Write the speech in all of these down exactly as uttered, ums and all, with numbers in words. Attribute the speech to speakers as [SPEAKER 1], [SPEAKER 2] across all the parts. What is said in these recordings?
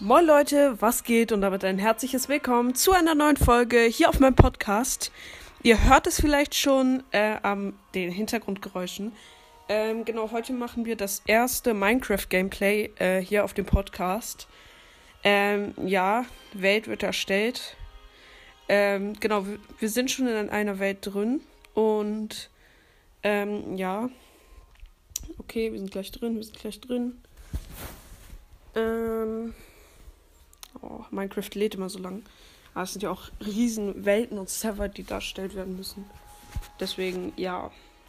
[SPEAKER 1] Moin Leute, was geht? Und damit ein herzliches Willkommen zu einer neuen Folge hier auf meinem Podcast. Ihr hört es vielleicht schon äh, an den Hintergrundgeräuschen. Ähm, genau, heute machen wir das erste Minecraft-Gameplay äh, hier auf dem Podcast. Ähm, ja, Welt wird erstellt. Ähm, genau, wir, wir sind schon in einer Welt drin. Und ähm, ja, okay, wir sind gleich drin, wir sind gleich drin. Ähm... Oh, Minecraft lädt immer so lang. Aber es sind ja auch riesen Welten und Server, die dargestellt werden müssen. Deswegen, ja.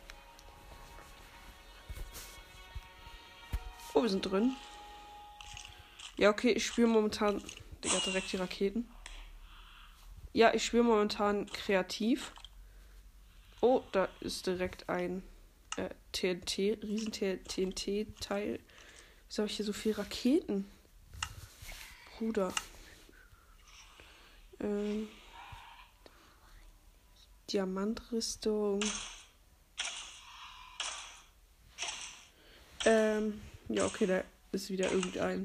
[SPEAKER 1] Oh, wir sind drin. Ja, okay, ich spiele momentan... Digga, direkt die Raketen. Ja, ich spiele momentan kreativ. Oh, da ist direkt ein äh, T N T, riesen T N T-Teil. Wieso habe ich hier so viele Raketen? Bruder. Ähm, Diamantrüstung. Ähm, ja, okay, da ist wieder irgendein.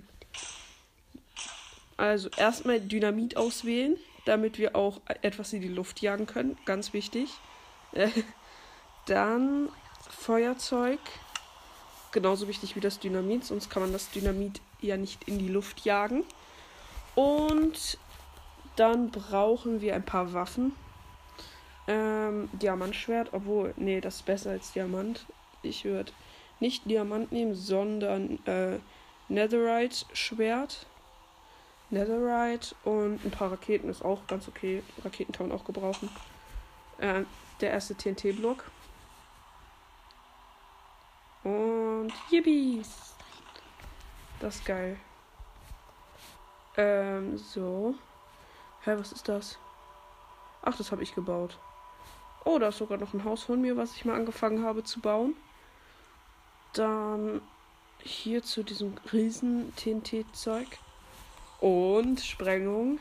[SPEAKER 1] Also erstmal Dynamit auswählen, damit wir auch etwas in die Luft jagen können. Ganz wichtig. Äh, dann Feuerzeug. Genauso wichtig wie das Dynamit, sonst kann man das Dynamit ja nicht in die Luft jagen. Und dann brauchen wir ein paar Waffen. Ähm, Diamantschwert, obwohl, nee, das ist besser als Diamant. Ich würde nicht Diamant nehmen, sondern äh, Netherite-Schwert. Netherite und ein paar Raketen ist auch ganz okay. Raketen kann man auch gebrauchen. Äh, der erste T N T-Block. Und yippie! Das ist geil. Ähm, so. Hä, was ist das? Ach, das habe ich gebaut. Oh, da ist sogar noch ein Haus von mir, was ich mal angefangen habe zu bauen. Dann hier zu diesem riesen T N T-Zeug. Und Sprengung.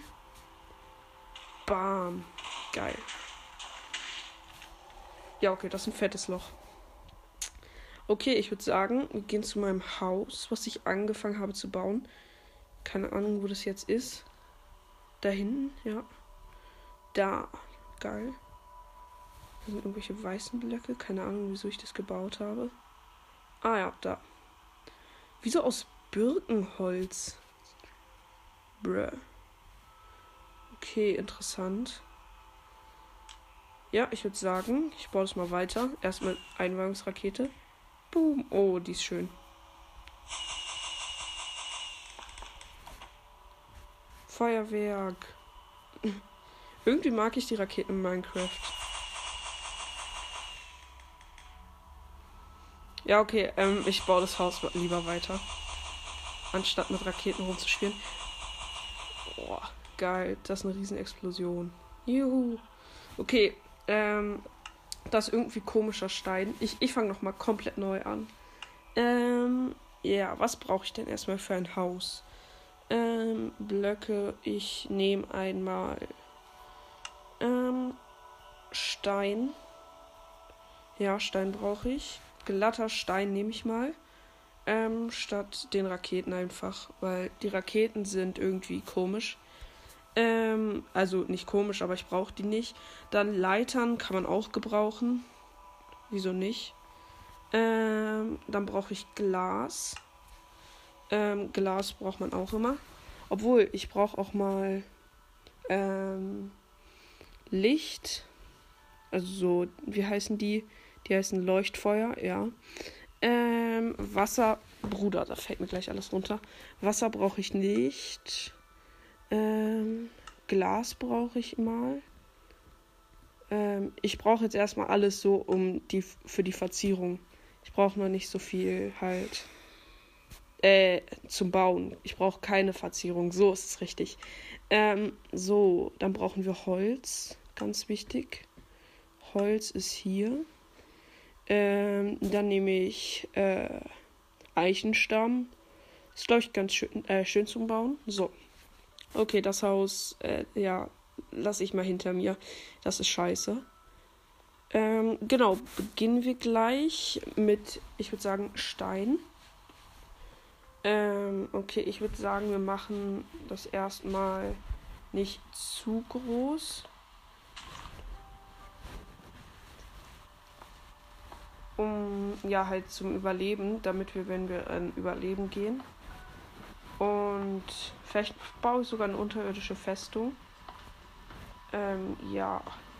[SPEAKER 1] Bam. Geil. Ja, okay, das ist ein fettes Loch. Okay, ich würde sagen, wir gehen zu meinem Haus, was ich angefangen habe zu bauen. Keine Ahnung, wo das jetzt ist. Da hinten, ja. Da. Geil. Da sind irgendwelche weißen Blöcke. Keine Ahnung, wieso ich das gebaut habe. Ah ja, da. Wieso aus Birkenholz? Bruh. Okay, interessant. Ja, ich würde sagen, ich baue das mal weiter. Erstmal Einweihungsrakete. Boom. Oh, die ist schön. Feuerwerk. Irgendwie mag ich die Raketen in Minecraft. Ja, okay, ähm, ich baue das Haus lieber weiter. Anstatt mit Raketen rumzuspielen. Boah, geil. Das ist eine Riesenexplosion. Juhu. Okay, ähm, das ist irgendwie komischer Stein. Ich, ich fange nochmal komplett neu an. Ähm, ja, was brauche ich denn erstmal für ein Haus? Ähm, Blöcke. Ich nehme einmal ähm, Stein. Ja, Stein brauche ich. Glatter Stein nehme ich mal. Ähm, statt den Raketen einfach. Weil die Raketen sind irgendwie komisch. Ähm, also nicht komisch, aber ich brauche die nicht. Dann Leitern kann man auch gebrauchen. Wieso nicht? Ähm, dann brauche ich Glas. Ähm, Glas braucht man auch immer. Obwohl, ich brauche auch mal ähm, Licht. Also so, wie heißen die? Die heißen Leuchtfeuer, ja. Ähm, Wasser. Bruder, da fällt mir gleich alles runter. Wasser brauche ich nicht. Ähm, Glas brauche ich mal. Ähm, ich brauche jetzt erstmal alles so um die für die Verzierung. Ich brauche noch nicht so viel halt. Äh, zum Bauen. Ich brauche keine Verzierung. So ist es richtig. Ähm, so, dann brauchen wir Holz. Ganz wichtig. Holz ist hier. Ähm, dann nehme ich äh, Eichenstamm. Ist, glaube ich, ganz schön, äh, schön zum Bauen. So. Okay, das Haus, äh, ja, lasse ich mal hinter mir. Das ist scheiße. Ähm, genau, beginnen wir gleich mit, ich würde sagen, Stein. Ähm, okay, ich würde sagen, wir machen das erstmal nicht zu groß. Um, ja, halt zum Überleben, damit wir, wenn wir äh, überleben gehen. Und vielleicht baue ich sogar eine unterirdische Festung. Ähm, ja.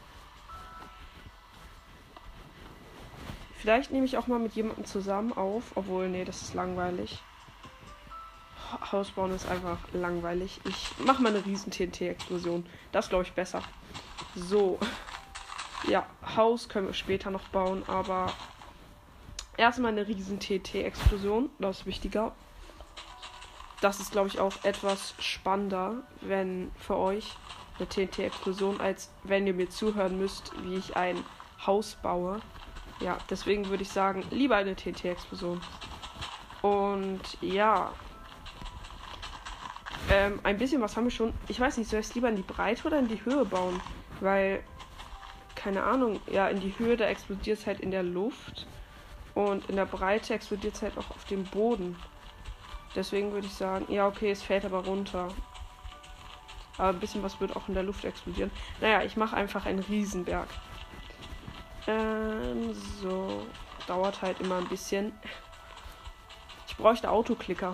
[SPEAKER 1] Vielleicht nehme ich auch mal mit jemandem zusammen auf, obwohl, nee, das ist langweilig. Haus bauen ist einfach langweilig. Ich mache mal eine riesen T N T-Explosion. Das glaube ich besser. So. Ja, Haus können wir später noch bauen, aber erstmal eine riesen T N T-Explosion. Das ist wichtiger. Das ist, glaube ich, auch etwas spannender, wenn für euch eine T N T-Explosion, als wenn ihr mir zuhören müsst, wie ich ein Haus baue. Ja, deswegen würde ich sagen, lieber eine T N T-Explosion. Und ja. Ähm, ein bisschen was haben wir schon. Ich weiß nicht, soll ich es lieber in die Breite oder in die Höhe bauen? Weil, keine Ahnung, ja, in die Höhe, da explodiert es halt in der Luft. Und in der Breite explodiert es halt auch auf dem Boden. Deswegen würde ich sagen, ja, okay, es fällt aber runter. Aber ein bisschen was wird auch in der Luft explodieren. Naja, ich mache einfach einen Riesenberg. Ähm, so. Dauert halt immer ein bisschen. Ich bräuchte Autoklicker.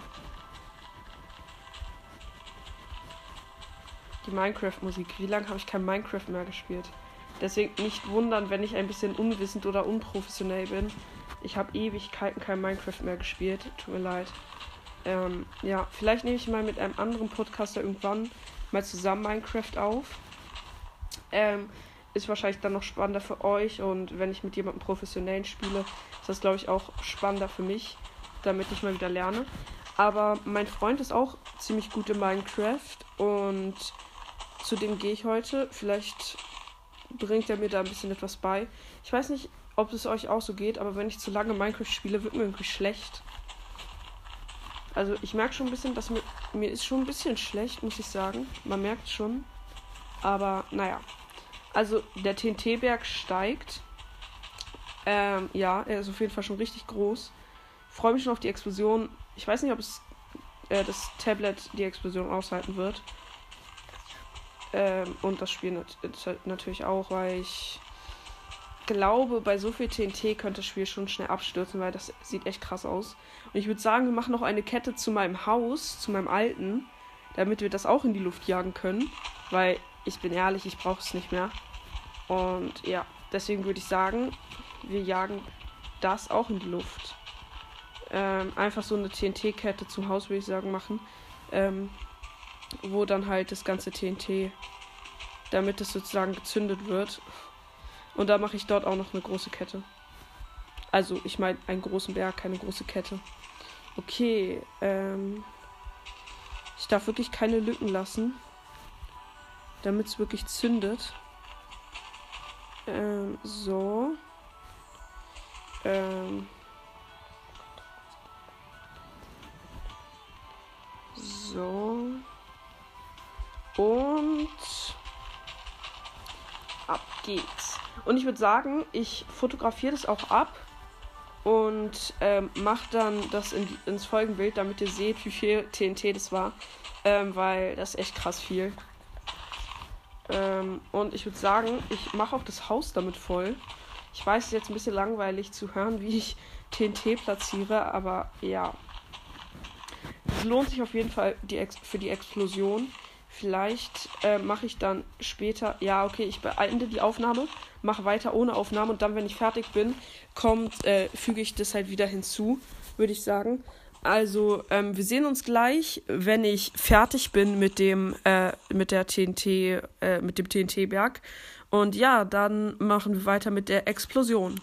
[SPEAKER 1] Die Minecraft-Musik. Wie lange habe ich kein Minecraft mehr gespielt? Deswegen nicht wundern, wenn ich ein bisschen unwissend oder unprofessionell bin. Ich habe Ewigkeiten kein Minecraft mehr gespielt. Tut mir leid. Ähm, ja, vielleicht nehme ich mal mit einem anderen Podcaster irgendwann mal zusammen Minecraft auf. Ähm, ist wahrscheinlich dann noch spannender für euch. Und wenn ich mit jemandem Professionellen spiele, ist das, glaube ich, auch spannender für mich, damit ich mal wieder lerne. Aber mein Freund ist auch ziemlich gut in Minecraft und zu dem gehe ich heute. Vielleicht bringt er mir da ein bisschen etwas bei. Ich weiß nicht, ob es euch auch so geht, aber wenn ich zu lange Minecraft spiele, wird mir irgendwie schlecht. Also ich merke schon ein bisschen, dass mir, mir ist schon ein bisschen schlecht, muss ich sagen. Man merkt schon. Aber naja. Also der T N T-Berg steigt. Ähm, ja, er ist auf jeden Fall schon richtig groß. Freue mich schon auf die Explosion. Ich weiß nicht, ob es äh, das Tablet die Explosion aushalten wird. Ähm, und das Spiel nat- natürlich auch, weil ich glaube, bei so viel T N T könnte das Spiel schon schnell abstürzen, weil das sieht echt krass aus. Und ich würde sagen, wir machen noch eine Kette zu meinem Haus, zu meinem alten, damit wir das auch in die Luft jagen können. Weil, ich bin ehrlich, ich brauche es nicht mehr. Und ja, deswegen würde ich sagen, wir jagen das auch in die Luft. Ähm, einfach so eine T N T-Kette zum Haus, würde ich sagen, machen. Ähm, wo dann halt das ganze T N T, damit es sozusagen gezündet wird. Und da mache ich dort auch noch eine große Kette. Also, ich meine, einen großen Berg, keine große Kette. Okay, ähm, ich darf wirklich keine Lücken lassen, damit es wirklich zündet. Ähm, so. Ähm, So. Und ab geht's. Und ich würde sagen, ich fotografiere das auch ab und ähm, mache dann das in die, ins Folgenbild, damit ihr seht, wie viel T N T das war. Ähm, weil das ist echt krass viel. Ähm, und ich würde sagen, ich mache auch das Haus damit voll. Ich weiß, es ist jetzt ein bisschen langweilig zu hören, wie ich T N T platziere, aber ja. Es lohnt sich auf jeden Fall die Ex- für die Explosion. Vielleicht äh, mache ich dann später, ja okay, ich beende die Aufnahme, mache weiter ohne Aufnahme und dann, wenn ich fertig bin, kommt, äh, füge ich das halt wieder hinzu, würde ich sagen. Also ähm, wir sehen uns gleich, wenn ich fertig bin mit dem, äh, mit der T N T, äh, mit dem T N T-Berg. Und ja, dann machen wir weiter mit der Explosion.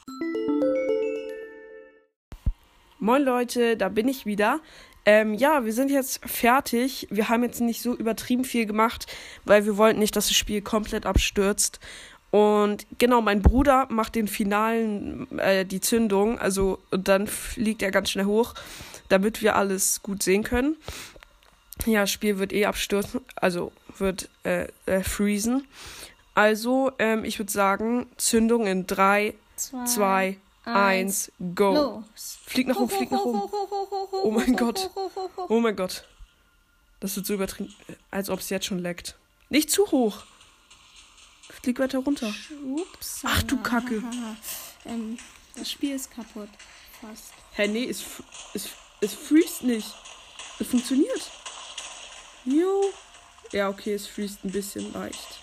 [SPEAKER 1] Moin Leute, da bin ich wieder. Ähm, ja, wir sind jetzt fertig. Wir haben jetzt nicht so übertrieben viel gemacht, weil wir wollten nicht, dass das Spiel komplett abstürzt. Und genau, mein Bruder macht den finalen, äh, die Zündung. Also, und dann fliegt er ganz schnell hoch, damit wir alles gut sehen können. Ja, das Spiel wird eh abstürzen, also wird äh, äh, freezen. Also, ähm, ich würde sagen, Zündung in drei, zwei, eins, go.
[SPEAKER 2] Los.
[SPEAKER 1] Flieg nach oben, flieg nach oben. Oh mein Gott. Oh mein Gott. Das wird so übertrieben, als ob es jetzt schon leckt. Nicht zu hoch. Flieg weiter runter.
[SPEAKER 2] Ups.
[SPEAKER 1] Ach du Kacke.
[SPEAKER 2] ähm, das Spiel ist kaputt. Fast.
[SPEAKER 1] Hä, nee, es, es, es freest nicht. Es funktioniert. Jo. Ja, okay, es freest ein bisschen leicht.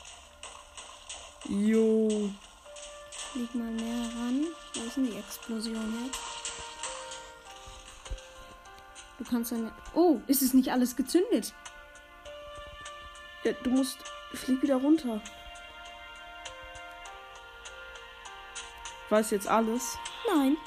[SPEAKER 1] Jo.
[SPEAKER 2] Flieg mal näher ran. Wo ist denn die Explosion jetzt? Du kannst dann... Oh, ist es nicht alles gezündet?
[SPEAKER 1] Ja, du musst... Flieg wieder runter. War es jetzt alles?
[SPEAKER 2] Nein.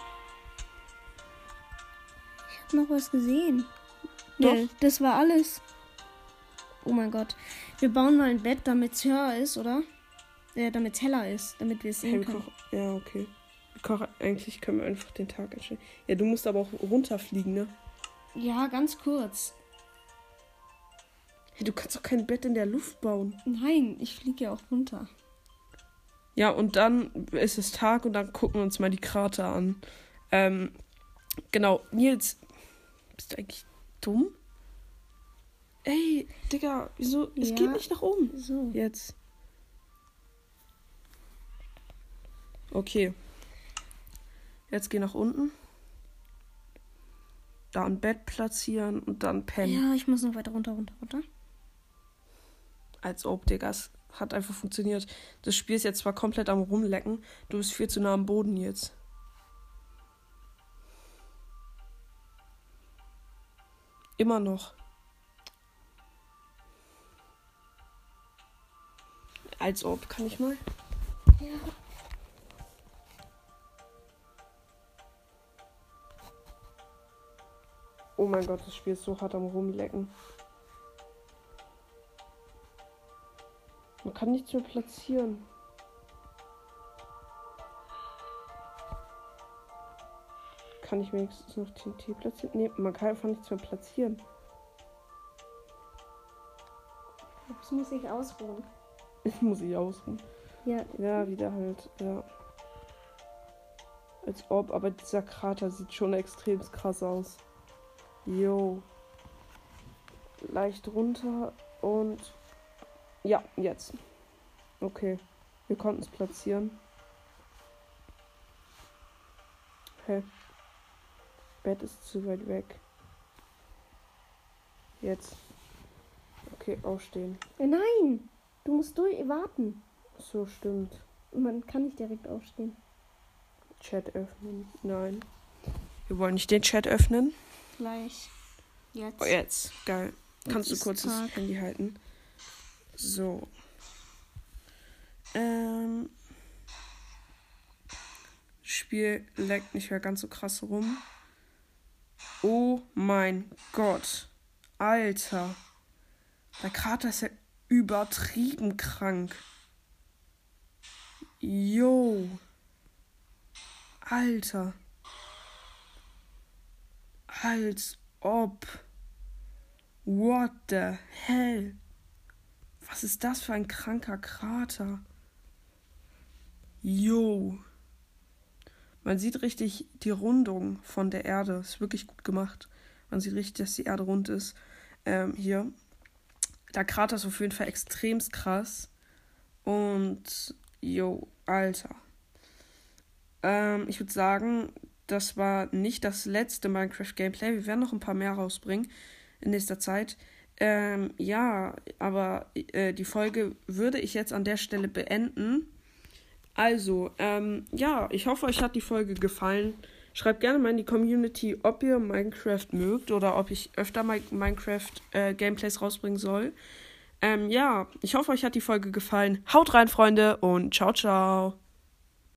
[SPEAKER 2] Ich habe noch was gesehen.
[SPEAKER 1] Doch.
[SPEAKER 2] Nee, das war alles. Oh mein Gott. Wir bauen mal ein Bett, damit es höher ist, oder? Ja, damit es heller ist, damit wir es sehen
[SPEAKER 1] Hey, wir
[SPEAKER 2] können.
[SPEAKER 1] kochen- Ja, okay. Wir kochen- Eigentlich können wir einfach den Tag einstellen. Ja, du musst aber auch runterfliegen, ne?
[SPEAKER 2] Ja, ganz kurz.
[SPEAKER 1] Hey, du kannst doch kein Bett in der Luft bauen.
[SPEAKER 2] Nein, ich fliege ja auch runter.
[SPEAKER 1] Ja, und dann ist es Tag und dann gucken wir uns mal die Krater an. Ähm, genau. Nils, bist du eigentlich dumm? Ey, Digga, wieso? Es
[SPEAKER 2] Ja.
[SPEAKER 1] geht nicht nach oben.
[SPEAKER 2] So.
[SPEAKER 1] Jetzt. Okay. Jetzt geh nach unten. Da ein Bett platzieren und dann pennen.
[SPEAKER 2] Ja, ich muss noch weiter runter, runter, runter.
[SPEAKER 1] Als ob, Digga. Es hat einfach funktioniert. Das Spiel ist jetzt zwar komplett am Rumlecken. Du bist viel zu nah am Boden jetzt. Immer noch. Als ob. Kann ich mal?
[SPEAKER 2] Ja.
[SPEAKER 1] Oh mein Gott, das Spiel ist so hart am Rumlecken. Man kann nichts mehr platzieren. Kann ich wenigstens noch T N T platzieren? Nee, man kann einfach nichts mehr platzieren.
[SPEAKER 2] Das muss ich ausruhen.
[SPEAKER 1] Muss ich ausruhen.
[SPEAKER 2] Ja.
[SPEAKER 1] Ja, wieder halt, ja. Als ob, aber dieser Krater sieht schon extrem krass aus. Jo. Leicht runter und... Ja, jetzt. Okay. Wir konnten es platzieren. Hä? Bett ist zu weit weg. Jetzt. Okay, aufstehen.
[SPEAKER 2] Äh, Nein! Du musst durch warten.
[SPEAKER 1] So, stimmt.
[SPEAKER 2] Man kann nicht direkt aufstehen.
[SPEAKER 1] Chat öffnen. Nein. Wir wollen nicht den Chat öffnen.
[SPEAKER 2] Gleich. Jetzt.
[SPEAKER 1] Oh, jetzt. Geil.
[SPEAKER 2] Jetzt
[SPEAKER 1] Kannst du
[SPEAKER 2] ist
[SPEAKER 1] kurz das
[SPEAKER 2] Tag.
[SPEAKER 1] Handy halten? So. Ähm. Spiel leckt nicht mehr ganz so krass rum. Oh mein Gott. Alter. Der Krater ist ja übertrieben krank. Yo. Alter. Als ob. What the hell? Was ist das für ein kranker Krater? Yo. Man sieht richtig die Rundung von der Erde. Ist wirklich gut gemacht. Man sieht richtig, dass die Erde rund ist. Ähm, hier. Der Krater ist auf jeden Fall extremst krass. Und, yo, Alter. Ähm, ich würde sagen, das war nicht das letzte Minecraft-Gameplay. Wir werden noch ein paar mehr rausbringen in nächster Zeit. Ähm, ja, aber äh, die Folge würde ich jetzt an der Stelle beenden. Also, ähm, ja, ich hoffe, euch hat die Folge gefallen. Schreibt gerne mal in die Community, ob ihr Minecraft mögt oder ob ich öfter Mi- Minecraft-Gameplays äh, rausbringen soll. Ähm, ja, ich hoffe, euch hat die Folge gefallen. Haut rein, Freunde, und ciao, ciao.